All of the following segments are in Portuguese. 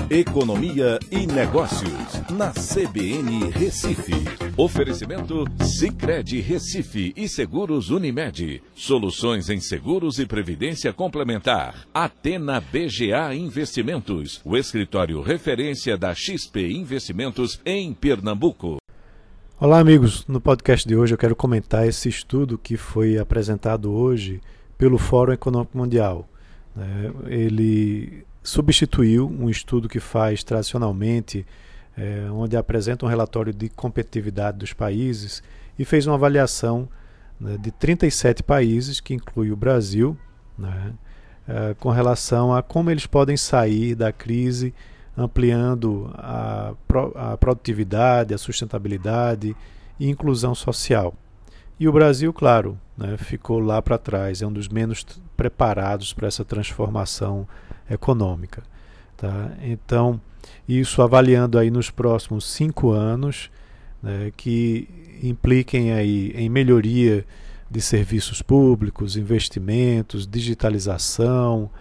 Economia e Negócios, na CBN Recife. Oferecimento Sicredi Recife e Seguros Unimed. Soluções em seguros e previdência complementar. Atena BGA Investimentos, o escritório referência da XP Investimentos em Pernambuco. Olá amigos, no podcast de hoje eu quero comentar esse estudo que foi apresentado hoje pelo Fórum Econômico Mundial. Ele substituiu um estudo que faz tradicionalmente, onde apresenta um relatório de competitividade dos países e fez uma avaliação de 37 países, que inclui o Brasil, com relação a como eles podem sair da crise, ampliando a produtividade, a sustentabilidade e inclusão social. E o Brasil, claro, ficou lá para trás, é um dos menos preparados para essa transformação econômica. Tá? Então, isso avaliando aí nos próximos 5 anos, que impliquem aí em melhoria de serviços públicos, investimentos, digitalização,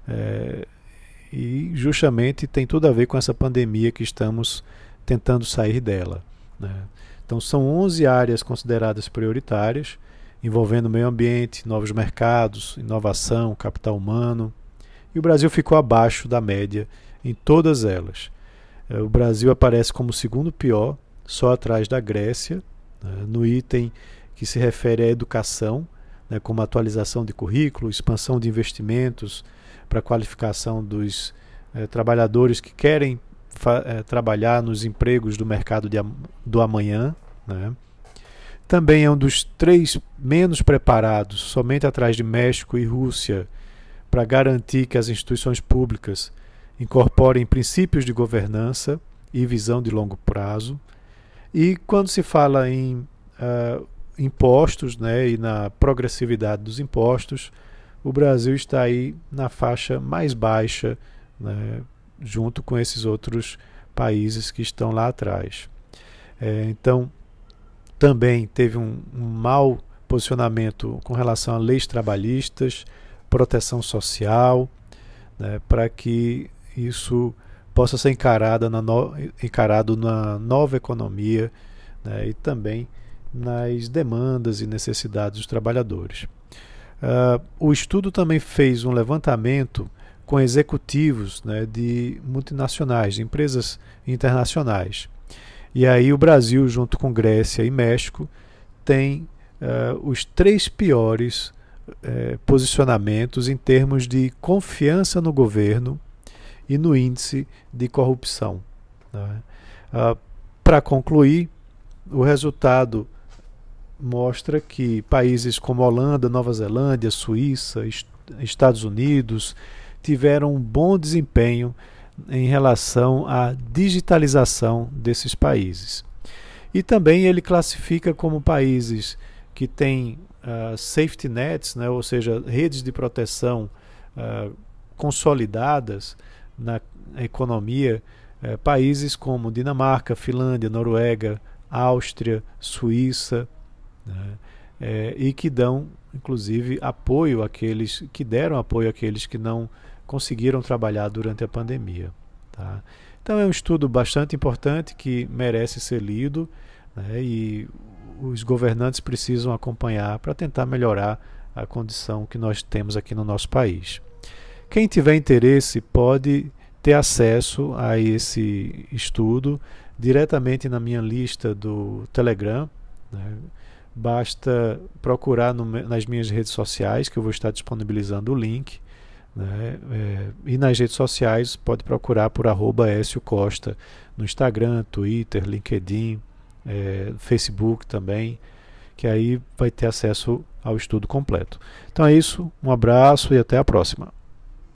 e justamente tem tudo a ver com essa pandemia que estamos tentando sair dela. Então são 11 áreas consideradas prioritárias, envolvendo meio ambiente, novos mercados, inovação, capital humano, e o Brasil ficou abaixo da média em todas elas. O Brasil aparece como o segundo pior, só atrás da Grécia, no item que se refere à educação, como atualização de currículo, expansão de investimentos para a qualificação dos trabalhadores que querem trabalhar nos empregos do mercado do amanhã. Também é um dos 3 menos preparados, somente atrás de México e Rússia, para garantir que as instituições públicas incorporem princípios de governança e visão de longo prazo. E quando se fala em impostos, e na progressividade dos impostos, o Brasil está aí na faixa mais baixa, junto com esses outros países que estão lá atrás. Então, também teve um mau posicionamento com relação a leis trabalhistas, proteção social, para que isso possa ser encarado na nova economia, e também nas demandas e necessidades dos trabalhadores. O estudo também fez um levantamento com executivos de multinacionais, de empresas internacionais. E aí o Brasil, junto com Grécia e México, tem os 3 piores posicionamentos em termos de confiança no governo e no índice de corrupção. Para concluir, o resultado mostra que países como Holanda, Nova Zelândia, Suíça, Estados Unidos tiveram um bom desempenho em relação à digitalização desses países. E também ele classifica como países que têm safety nets, ou seja, redes de proteção consolidadas na economia, países como Dinamarca, Finlândia, Noruega, Áustria, Suíça, e que dão, inclusive, apoio àqueles que deram apoio àqueles que não conseguiram trabalhar durante a pandemia. Tá? Então é um estudo bastante importante que merece ser lido, e os governantes precisam acompanhar para tentar melhorar a condição que nós temos aqui no nosso país. Quem tiver interesse pode ter acesso a esse estudo diretamente na minha lista do Telegram. Basta procurar nas minhas redes sociais, que eu vou estar disponibilizando o link. E nas redes sociais pode procurar por @EcioCosta no Instagram, Twitter, LinkedIn, Facebook também, que aí vai ter acesso ao estudo completo. Então é isso, um abraço e até a próxima.